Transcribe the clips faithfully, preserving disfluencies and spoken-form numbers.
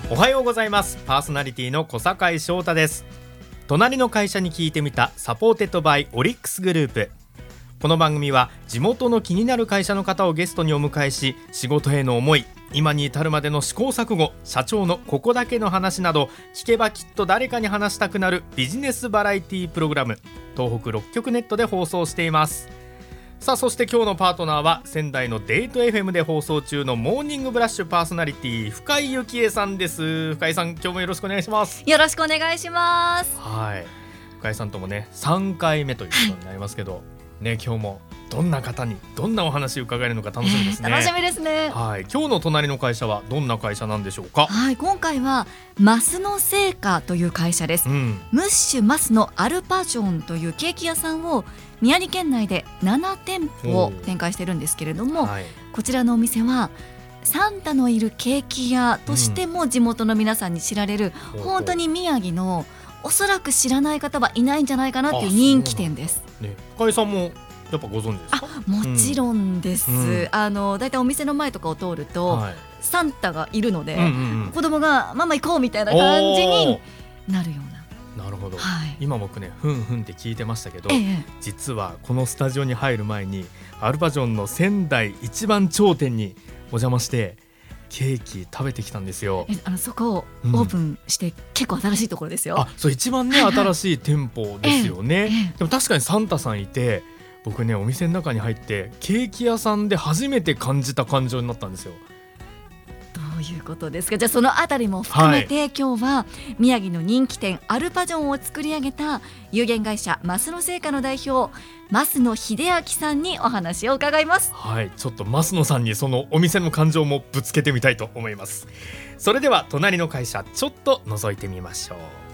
おはようございます。パーソナリティの小坂井翔太です。隣の会社に聞いてみた、サポーテッドバイオリックスグループ。この番組は地元の気になる会社の方をゲストにお迎えし、仕事への思い、今に至るまでの試行錯誤、社長のここだけの話など、聞けばきっと誰かに話したくなるビジネスバラエティプログラム、東北ろっきょくネットで放送しています。さあ、そして今日のパートナーは仙台のデート エフエム で放送中のモーニングブラッシュパーソナリティ、深井幸恵さんです。深井さん、今日もよろしくお願いします。 よろしくお願いします。 はい、深井さんともねさんかいめということになりますけどね、今日もどんな方にどんなお話を伺えるのか楽しみですね。 楽しみですね。 はい、今日の隣の会社はどんな会社なんでしょうか。 はい、今回はマスの製菓という会社です、うん、ムッシュマスのアルパジョンというケーキ屋さんを宮城県内でななてんぽを展開しているんですけれども、はい、こちらのお店はサンタのいるケーキ屋としても地元の皆さんに知られる、うん、本当に宮城のおそらく知らない方はいないんじゃないかなっていう人気店です。 ね、深井さんもやっぱご存知ですか。 あ、もちろんです、うん、あのだいたいお店の前とかを通ると、はい、サンタがいるので、うんうんうん、子供がママ行こうみたいな感じになるような。 なるほど、はい、今僕ねふんふんって聞いてましたけど、ええ、実はこのスタジオに入る前にアルパジョンの仙台一番頂点にお邪魔してケーキ食べてきたんですよ。 えあのそこをオープンして、うん、結構新しいところですよ。 あ、そう一番ね、はいはい、新しい店舗ですよね、ええ、でも確かにサンタさんいて、僕ねお店の中に入ってケーキ屋さんで初めて感じた感情になったんですよ。 どういうことですか。じゃあそのあたりも含めて、はい、今日は宮城の人気店アルパジョンを作り上げた有限会社マスの製菓の代表増野秀明さんにお話を伺います。 はい、ちょっと増野さんにそのお店の感情もぶつけてみたいと思います。それでは隣の会社ちょっと覗いてみましょう。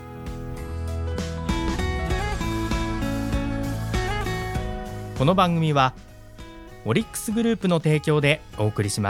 この番組はオリックスグループの提供でお送りします。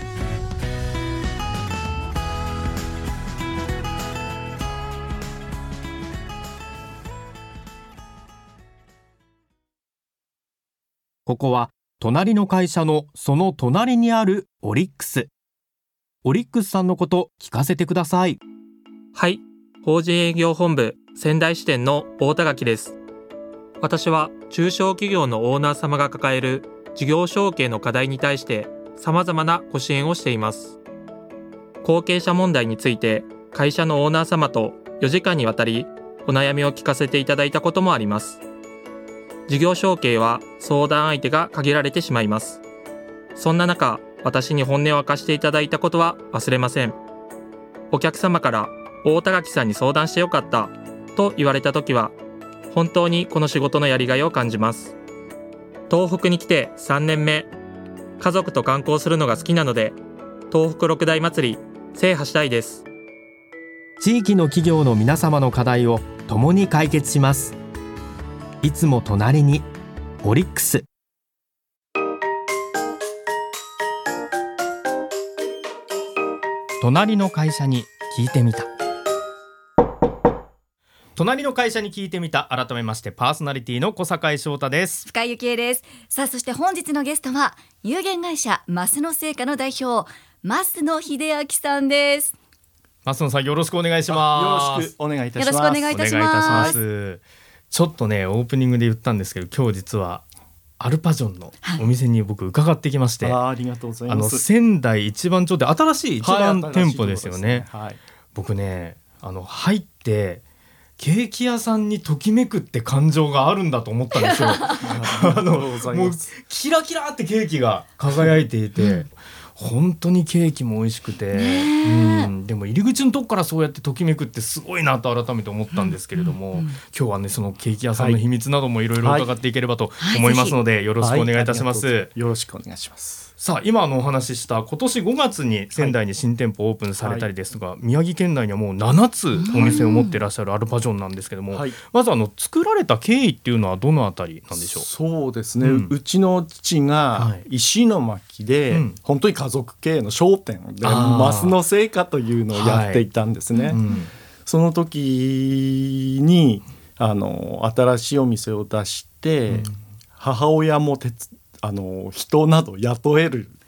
ここは隣の会社のその隣にあるオリックス。オリックスさんのこと聞かせてください。 はい、法人営業本部仙台支店の大田垣です。私は中小企業のオーナー様が抱える事業承継の課題に対して様々なご支援をしています。後継者問題について会社のオーナー様とよじかんにわたりお悩みを聞かせていただいたこともあります。事業承継は相談相手が限られてしまいます。そんな中、私に本音を明かしていただいたことは忘れません。お客様から大田垣さんに相談してよかったと言われたときは、本当にこの仕事のやりがいを感じます。東北に来てさんねんめ、家族と観光するのが好きなので、東北六大祭り制覇したいです。 地域の企業の皆様の課題を共に解決します。いつも隣にオリックス。隣の会社に聞いてみた。隣の会社に聞いてみた。改めましてパーソナリティの小坂井翔太です。 深井幸恵です。さあ、そして本日のゲストは有限会社増野製菓の代表増野秀明さんです。 増野さん、よろしくお願いします。 よろしくお願いいたします。 よろしくお願いいたします。 ちょっとねオープニングで言ったんですけど、今日実はアルパジョンのお店に僕伺ってきまして、はい、 あ, ありがとうございます。あの仙台一番ちょっと新しい一番店舗ですよね。 はい、 僕ねあの入ってケーキ屋さんにときめくって感情があるんだと思ったんですよ。あのもうキラキラってケーキが輝いていて、うん、本当にケーキも美味しくて、うん、でも入り口のとこからそうやってときめくってすごいなと改めて思ったんですけれども、うんうんうん、今日はねそのケーキ屋さんの秘密などもいろいろ伺っていければと思いますので、はいはい、よろしくお願いいたします。はい、 よろしくお願いします。 さあ、今のお話しした今年ごがつに仙台に新店舗オープンされたりですとか、はい、宮城県内にはもうななつお店を持っていらっしゃるアルパジョンなんですけども、はい、まずあの作られた経緯っていうのはどのあたりなんでしょう。 そうですね、うん、うちの父が石巻で、はい、本当に家族経営の商店で増野製菓というのをやっていたんですね、はいうん、その時にあの新しいお店を出して、うん、母親も手伝あの人など雇える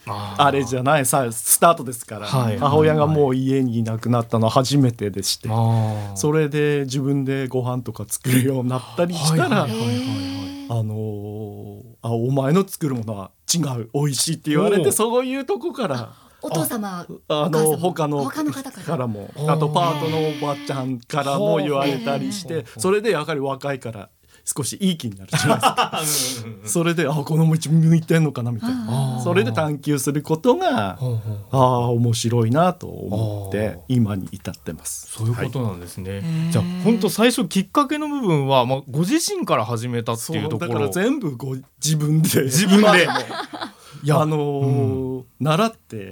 あ, あれじゃないさスタートですから、はい、母親がもう家にいなくなったのは初めてでして、はい、それで自分でご飯とか作るようになったりしたら、あのー、あお前の作るものは違う美味しいって言われて、そういうとこからお父様あの他の方からも、あとパートのおばちゃんからも言われたりして、それでやはり若いから少しいい気になるじゃないですかそれであこの道向いてんのかなみたいな、それで探求することがあ面白いなと思って今に至ってます。 そういうことなんですね、はい、じゃあ本当最初きっかけの部分は、まあ、ご自身から始めたっていうところ、 だから全部ご自分で自分でいやあのーうん、習って、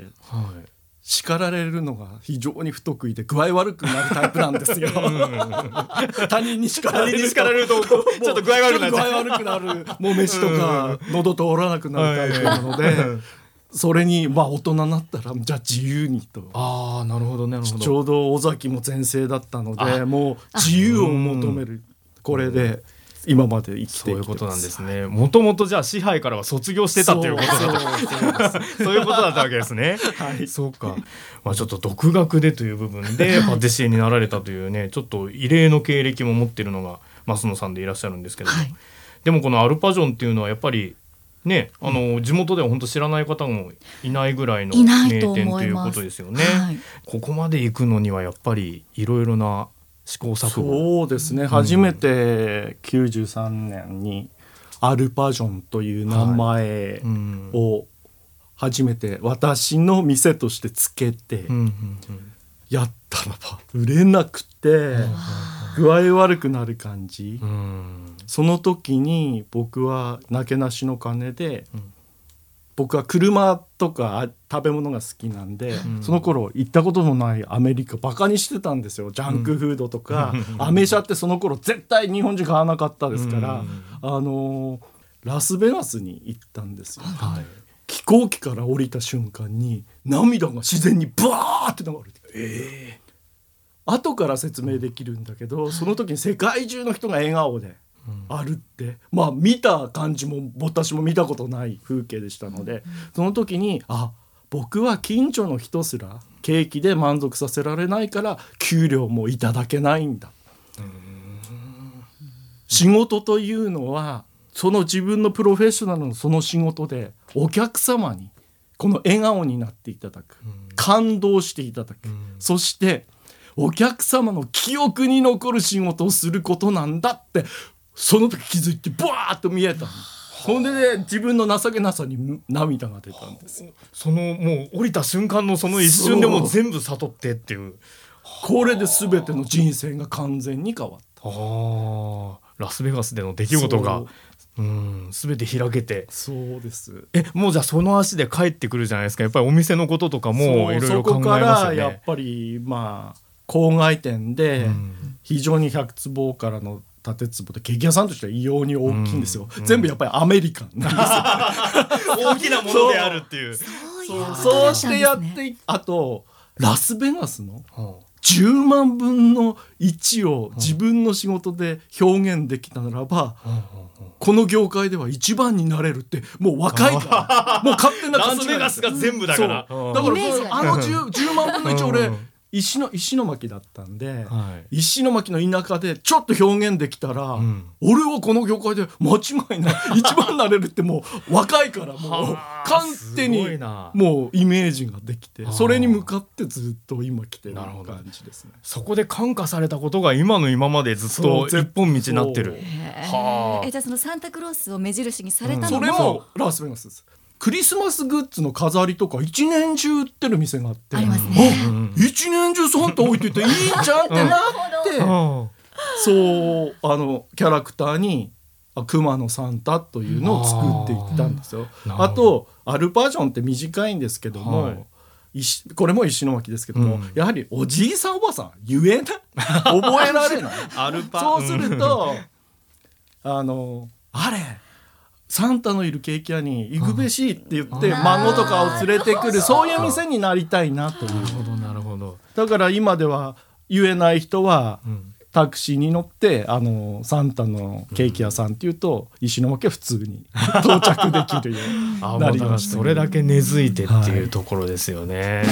はい叱られるのが非常に不得意で具合悪くなるタイプなんですよ他人に叱られる と, 叱られるとちょっと具合悪くなる具合悪くなるもう飯とか喉通らなくなるタイプなので、それにまあ大人になったらじゃあ自由にと。 ああなるほどなるほど。 ちょうど尾崎も全盛だったのでもう自由を求める、これで今まで生きてきてます。 そういうことなんですね。もともとじゃあ支配からは卒業してたということだったそういうことだったわけですね、はい、そうか、まあ、ちょっと独学でという部分でパティシエになられたというねちょっと異例の経歴も持っているのが増野さんでいらっしゃるんですけど、はい、でもこのアルパジョンっていうのはやっぱりね、あの地元では本当知らない方もいないぐらいの名店ということですよね、はい、ここまで行くのにはやっぱりいろいろな試行錯誤。 そうですね、うん、初めてきゅうじゅうさんねんにアルパジョンという名前を初めて私の店としてつけてやったらば売れなくて具合悪くなる感じ、うん、その時に僕はなけなしの金で、うん僕は車とか食べ物が好きなんで、うん、その頃行ったことのないアメリカバカにしてたんですよ。ジャンクフードとか、うん、アメ車ってその頃絶対日本人買わなかったですから、うん、あのラスベガスに行ったんですよ、はい、飛行機から降りた瞬間に涙が自然にブワーって流れて、えー、後から説明できるんだけど、その時に世界中の人が笑顔であるって、うん、まあ見た感じも私も見たことない風景でしたので、うん、その時にあ僕は近所の人すらケーキで満足させられないから給料もいただけないんだ、うん、仕事というのはその自分のプロフェッショナルのその仕事でお客様にこの笑顔になっていただく、うん、感動していただく、うん、そしてお客様の記憶に残る仕事をすることなんだってその時気づいてブワーッと見えた。それで自分の情けなさに涙が出たんです。 そのもう降りた瞬間のその一瞬でもう全部悟ってっていう、 これで全ての人生が完全に変わった。 あラスベガスでの出来事がうん全て開けて。 そうです。 えもうじゃあその足で帰ってくるじゃないですか。やっぱりお店のこととかもいろいろ考えますよね。 そこからやっぱりまあ郊外店で非常にひゃくつぼからの建坪でケーキ屋さんとしては異様に大きいんですよ、うん、全部やっぱりアメリカンなんですよ大きなものであるっていうそうそうしてやってあとラスベガスのじゅうまんぶんのいちを自分の仕事で表現できたならば、うんうんうん、この業界では一番になれるってもう若いからもう勝手な勘違いラスベガスが全部だから、 うん、だからあの 10, じゅうまんぶんのいち俺石の石巻だったんで、はい、石巻の田舎でちょっと表現できたら、うん、俺はこの業界で間違いない一番なれるってもう若いからもう完全にもうイメージができてそれに向かってずっと今来てる感じですね。 そこで感化されたことが今の今までずっと一本道になってる。 はえじゃあそのサンタクロースを目印にされたのも、 うん、それもラスベガスです。クリスマスグッズの飾りとか一年中売ってる店があってありますね。 一年中サンタ置いてていいじゃんってなってそうあのキャラクターに熊のサンタというのを作っていったんですよ。 あ, あとアルパジョンって短いんですけども、はい、石これも石巻ですけども、うん、やはりおじいさんおばさん言えない覚えられないアルパそうするとあのあれサンタのいるケーキ屋に行くべしって言って孫とかを連れてくるそういう店になりたいなという。 なるほどなるほど。 だから今では言えない人は、うん、 タクシーに乗ってあのサンタのケーキ屋さんっていうと、うん、石巻は普通に到着できるようになりました。 それだけ根付いてっていうところですよね、はい、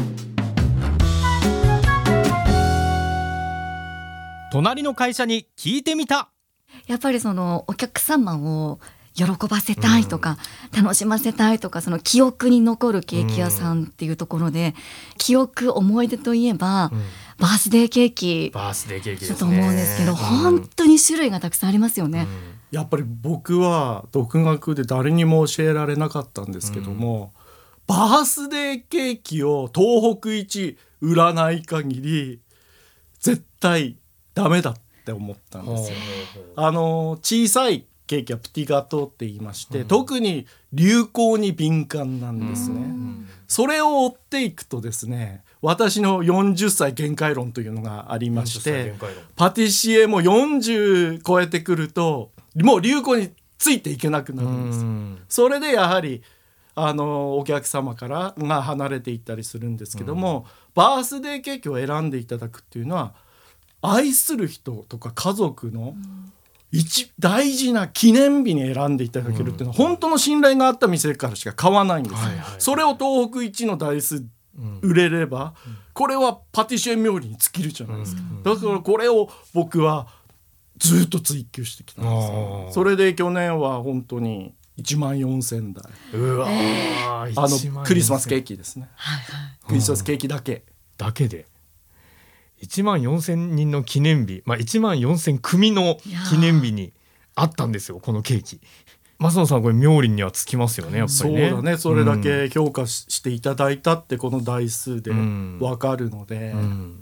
隣の会社に聞いてみた。 やっぱりそのお客様を喜ばせたいとか、うん、楽しませたいとか、その記憶に残るケーキ屋さんっていうところで、うん、記憶思い出といえば、うん、バースデーケーキバースデーケーキですねだと思うんですけど、うん、本当に種類がたくさんありますよね、 うん、やっぱり僕は独学で誰にも教えられなかったんですけども、うん、バースデーケーキを東北一売らない限り絶対ダメだって思ったんですよ。あの小さいケーキはプティガトーって言いまして、うん、特に流行に敏感なんですね、うん、それを追っていくとですね、私のよんじゅっさい限界論というのがありまして、パティシエもよんじゅう超えてくるともう流行についていけなくなるんです、うん、それでやはりあのお客様からが離れていったりするんですけども、うん、バースデーケーキを選んでいただくっていうのは愛する人とか家族の、うん一大事な記念日に選んでいただけるっていうのは、うん、本当の信頼があった店からしか買わないんです、はいはいはい、それを東北一の台数売れれば、うん、これはパティシエ冥利に尽きるじゃないですか、うん、だからこれを僕はずっと追求してきたんですよ。それで去年は本当にいちまんよんせんだいうわ、 あのクリスマスケーキですね、はいはい、クリスマスケーキだけだけでいちまんよんせんにんの記念日、まあ、いちまんよんせん組の記念日にあったんですよこのケーキ。増野さんこれ妙利にはつきますよねやっぱりね。 そうだね、それだけ評価していただいたってこの台数で分かるので、うんうん、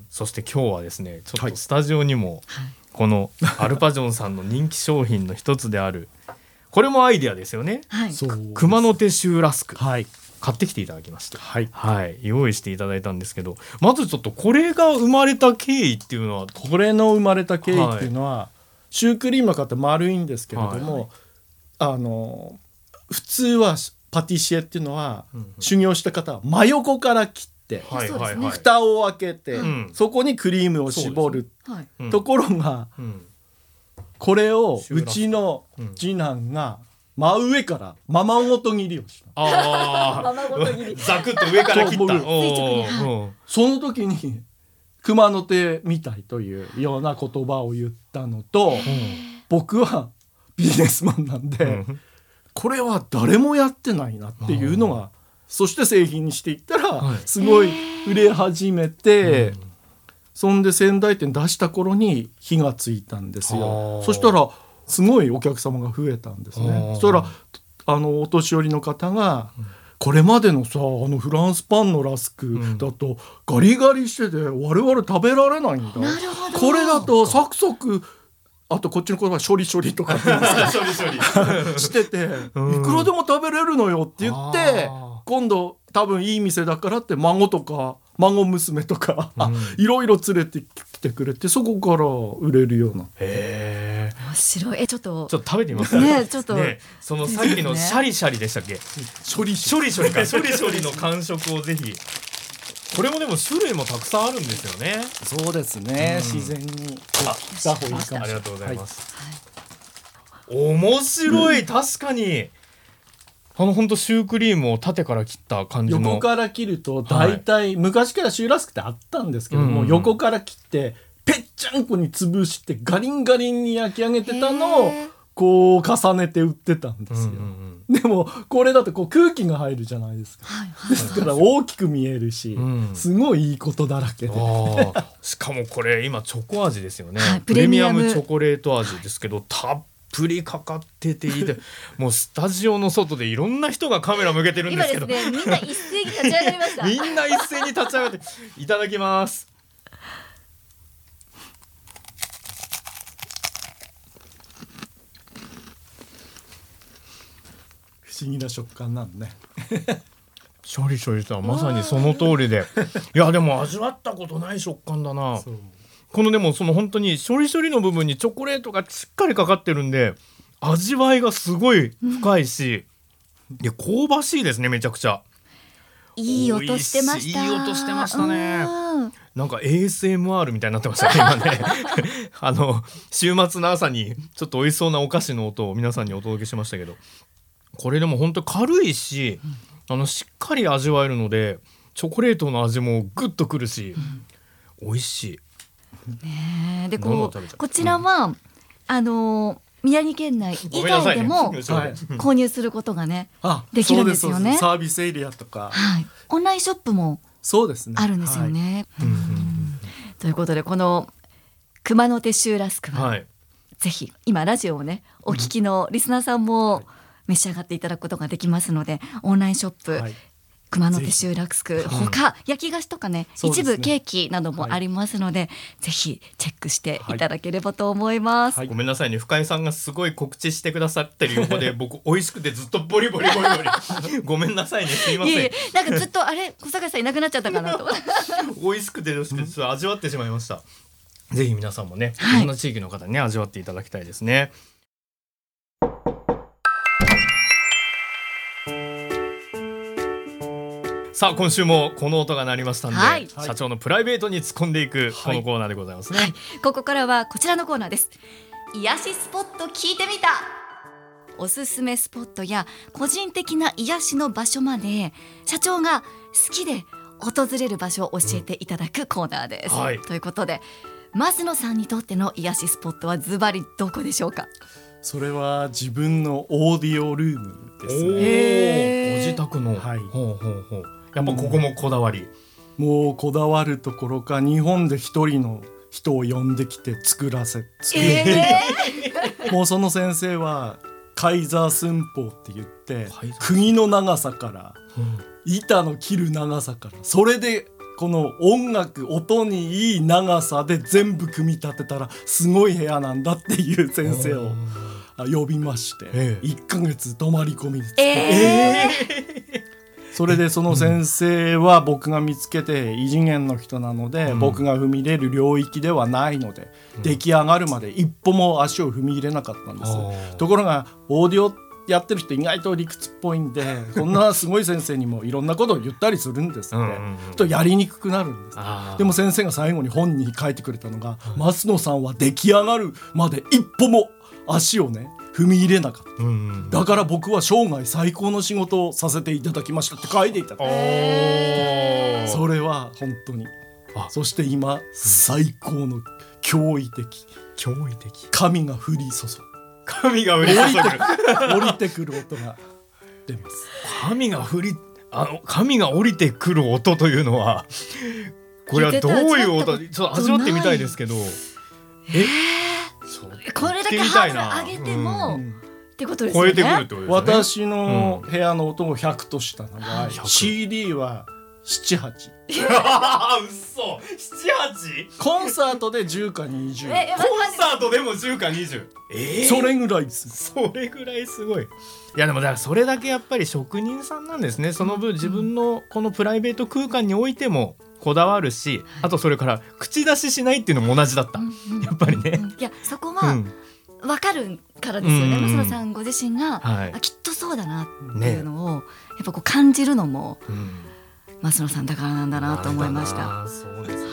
そして今日はですねちょっとスタジオにもこのアルパジョンさんの人気商品の一つであるこれもアイデアですよね、はい、熊の手シューラスク、はい、買ってきていただきました、はいはい、用意していただいたんですけど、まずちょっとこれが生まれた経緯っていうのは、 これの生まれた経緯っていうのは、はい、シュークリームの方丸いんですけれども、はい、あの普通はパティシエっていうのは、うんうん、修行した方は真横から切って、はいはいはい、蓋を開けて、うん、そこにクリームを絞る、はい、ところが、うん、これをうちの次男が真上からままごと切りをした。 あザクッと上から切った。 その時に熊の手みたいというような言葉を言ったのと、うん、僕はビジネスマンなんで、うん、これは誰もやってないなっていうのが、そして製品にしていったら、はい、すごい売れ始めて、うん、そんで仙台店出した頃に火がついたんですよ。そしたらすごいお客様が増えたんですね。そしたらあのお年寄りの方が、うん、これまでのさあのフランスパンのラスクだとガリガリしてて我々食べられないんだ、うん、これだとサクサク、あとこっちの言葉処理処理とかって言うんですかしてて、うん、いくらでも食べれるのよって言って、今度多分いい店だからって孫とか孫娘とか、うん、いろいろ連れてきてくれて、そこから売れるような。 へー、面白い。えちょっとちょっと食べてみますかね。ちょっと、 ね、そのさっきのシャリシャリでしたっけ、処理処理処理か処理処理の感触をぜひ。これもでも種類もたくさんあるんですよね。 そうですね、うん、自然にあした方がいいかもしれない。ありがとうございます、はい、面白い、うん、確かにあの本当シュークリームを縦から切った感じの、 横から切ると大体、はい、昔からシューラスクってあったんですけども、うん、横から切ってぺっちゃんこに潰してガリンガリンに焼き上げてたのをこう重ねて売ってたんですよ、うんうんうん、でもこれだとこう空気が入るじゃないですか、はいはい、ですから大きく見えるし、うん、すごいいいことだらけでしかもこれ今チョコ味ですよね、はい、プレミアムチョコレート味ですけど、はい、たっぷりかかってていいでもうスタジオの外でいろんな人がカメラ向けてるんですけど、 今ですね、みんな一斉に立ち上がりましたみんな一斉に立ち上がっていただきます。 不思議な食感なんねシャリシャリとはまさにその通りでいやでも味わったことない食感だな。このでもその本当に処理処理の部分にチョコレートがしっかりかかってるんで味わいがすごい深いし、うん、いや香ばしいですねめちゃくちゃ。 いい音してました。 いい音してましたね。なんか エーエスエムアール みたいになってましたね今ねあの週末の朝にちょっと美味しそうなお菓子の音を皆さんにお届けしましたけど、これでも本当軽いし、うん、あのしっかり味わえるのでチョコレートの味もグッとくるし、うん、美味しい、 ね、でこうこちらは、うん、あの宮城県内以外でも、ね、購入することがね、はい、できるんですよね。 サービスエリアとか、 はい、オンラインショップもそうですね、 あるんですよね。はい、うんうん、ということでこの熊野手シューラスクは、はい、ぜひ今ラジオをねお聞きのリスナーさんも、はい、召し上がっていただくことができますので、オンラインショップ、はい、熊野手シューラスクほか焼き菓子とか ね, ね一部ケーキなどもありますので、はい、ぜひチェックしていただければと思います、 はいはい、ごめんなさいね、深井さんがすごい告知してくださってる横で僕美味しくてずっとボリボリボリボリごめんなさいね、すいません。いえいえ、 なんかずっとあれ小坂さんいなくなっちゃったかなと美味しくてどうしてちょっと味わってしまいました。ぜひ皆さんもね、いろんな地域の方にね味わっていただきたいですね。さあ今週もこの音が鳴りましたので、はい、社長のプライベートに突っ込んでいくこのコーナーでございますね、はいはい、 ここからはこちらのコーナーです。癒しスポット聞いてみた。おすすめスポットや個人的な癒しの場所まで社長が好きで訪れる場所を教えていただくコーナーです、うん、はい、ということで増野さんにとっての癒しスポットはズバリどこでしょうか。 それは自分のオーディオルームですね。 へー、ご自宅の、はい、ほうほうほう、やっぱここもこだわり、 うん、もうこだわるところか日本で一人の人を呼んできて作らせ作っていた、えー、もうその先生はカイザー寸法って言って釘の長さから、うん、板の切る長さからそれでこの音楽音にいい長さで全部組み立てたらすごい部屋なんだっていう先生を呼びまして、ええ、いっかげつ泊まり込みで作って、えー、それでその先生は僕が見つけて異次元の人なので、うん、僕が踏み入れる領域ではないので、うん、出来上がるまで一歩も足を踏み入れなかったんです、うん、ところがオーディオやってる人意外と理屈っぽいんでこんなすごい先生にもいろんなことを言ったりするんですって、うんうんうん、とやりにくくなるんです。でも先生が最後に本に書いてくれたのが、うん、増野さんは出来上がるまで一歩も足をね踏み入れなかった、うんうん、だから僕は生涯最高の仕事をさせていただきましたって書いていた。それは本当に、あ、そして今、うん、最高の驚異的驚異的神が降り注ぐ神が降り注ぐ降りてくる音が出ます。 神が降りあの神が降りてくる音というのはこれはどういう音、ちょっと味わってみたいですけど、 えこれだけハードル上げても、うん、ってことですよね。 超えてくるってことですね。 私の部屋の音をひゃくとしたのが、うん、シーディー はなな、はちうっそ なな、はちコンサートでじゅうかにじゅう、 えコンサートでもじゅうかにじゅう、 えー、それぐらいです。 それぐらいすごい。いやでもだからそれだけやっぱり職人さんなんですね。その分自分のこのプライベート空間においてもこだわるし、あとそれから口出ししないっていうのも同じだった、うんうん、やっぱりね、 うん、いやそこは分かるからですよね、うん、増野さんご自身が、はい、あきっとそうだなっていうのを、ね、やっぱこう感じるのも、うん、増野さんだからなんだなと思いました。 そうです、ね、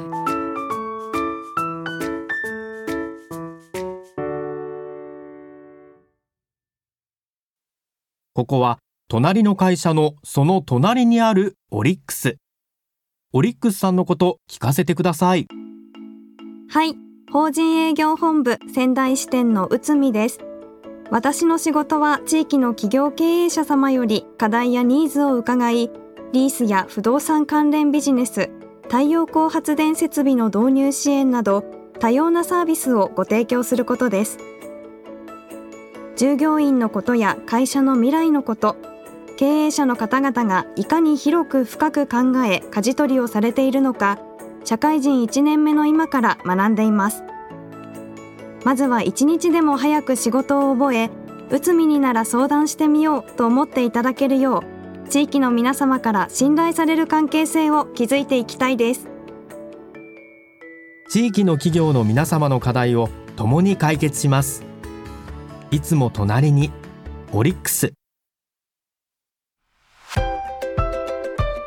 ここは隣の会社のその隣にあるオリックス。オリックスさんのこと聞かせてください。 はい、法人営業本部仙台支店の内海です。私の仕事は地域の企業経営者様より課題やニーズを伺い、リースや不動産関連ビジネス、太陽光発電設備の導入支援など多様なサービスをご提供することです。従業員のことや会社の未来のこと、経営者の方々がいかに広く深く考え舵取りをされているのか、社会人いちねんめの今から学んでいます。まずは一日でも早く仕事を覚え、内海になら相談してみようと思っていただけるよう、地域の皆様から信頼される関係性を築いていきたいです。 地域の企業の皆様の課題を共に解決します。いつも隣にオリックス。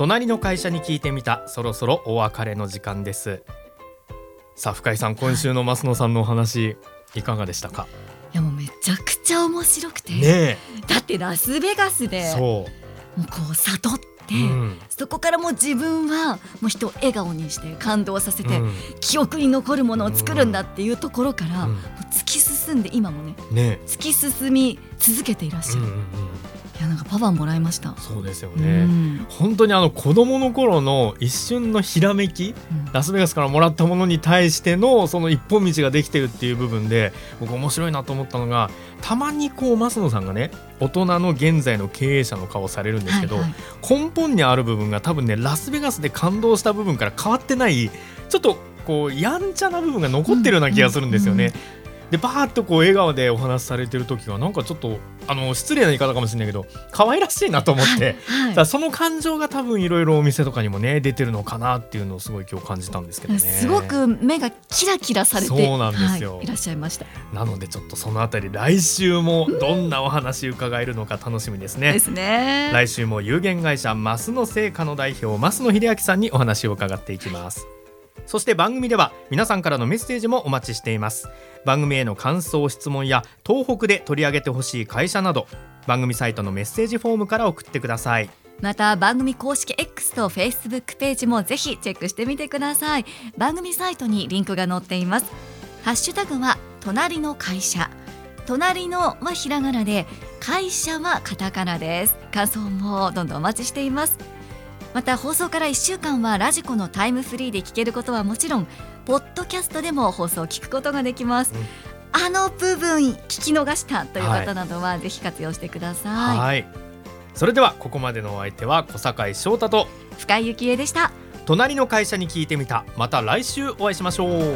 隣の会社に聞いてみた。そろそろお別れの時間です。さあ深井さん、今週の増野さんのお話いかがでしたか？ いやもうめちゃくちゃ面白くて、 ね、 だってラスベガスでそうもうこう悟って、うん、そこからもう自分はもう人を笑顔にして感動させて、うん、記憶に残るものを作るんだっていうところから、うん、もう突き進んで今も ね, ね突き進み続けていらっしゃる、うんうんうん、いやなんかパワーもらいました。 そうですよね、うん、本当にあの子供の頃の一瞬のひらめき、うん、ラスベガスからもらったものに対してのその一本道ができてるっていう部分で僕面白いなと思ったのが、たまにこう増野さんがね大人の現在の経営者の顔をされるんですけど、はいはい、根本にある部分が多分ねラスベガスで感動した部分から変わってない、ちょっとこうやんちゃな部分が残ってるような気がするんですよね、うんうんうん。でバーッとこう笑顔でお話しされてる時がなんかちょっとあの失礼な言い方かもしれないけど可愛らしいなと思って、はいはい、その感情が多分いろいろお店とかにもね出てるのかなっていうのをすごい今日感じたんですけどね。 すごく目がキラキラされてそうなんですよ、 はい、いらっしゃいました。 なのでちょっとそのあたり来週もどんなお話伺えるのか楽しみですね。 ですね。 来週も有限会社増野製菓の代表増野秀明さんにお話を伺っていきます。そして番組では皆さんからのメッセージもお待ちしています。番組への感想質問や東北で取り上げてほしい会社など番組サイトのメッセージフォームから送ってください。 また番組公式 X と Facebook ページもぜひチェックしてみてください。番組サイトにリンクが載っています。ハッシュタグは隣の会社、隣のはひらがなで会社はカタカナです。感想もどんどんお待ちしています。また放送からいっしゅうかんはラジコのタイムフリーで聞けることはもちろんポッドキャストでも放送を聞くことができます、うん、あの部分聞き逃したという方などはぜひ活用してください、 はい、それではここまでのお相手は小坂翔太と深井幸恵でした。 隣の会社に聞いてみた。また来週お会いしましょう。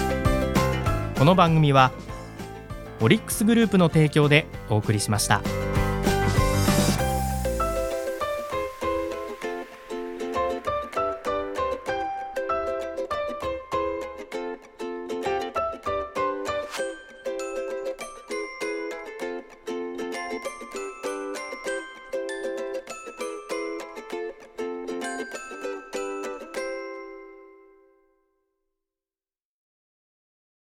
この番組はオリックスグループの提供でお送りしました。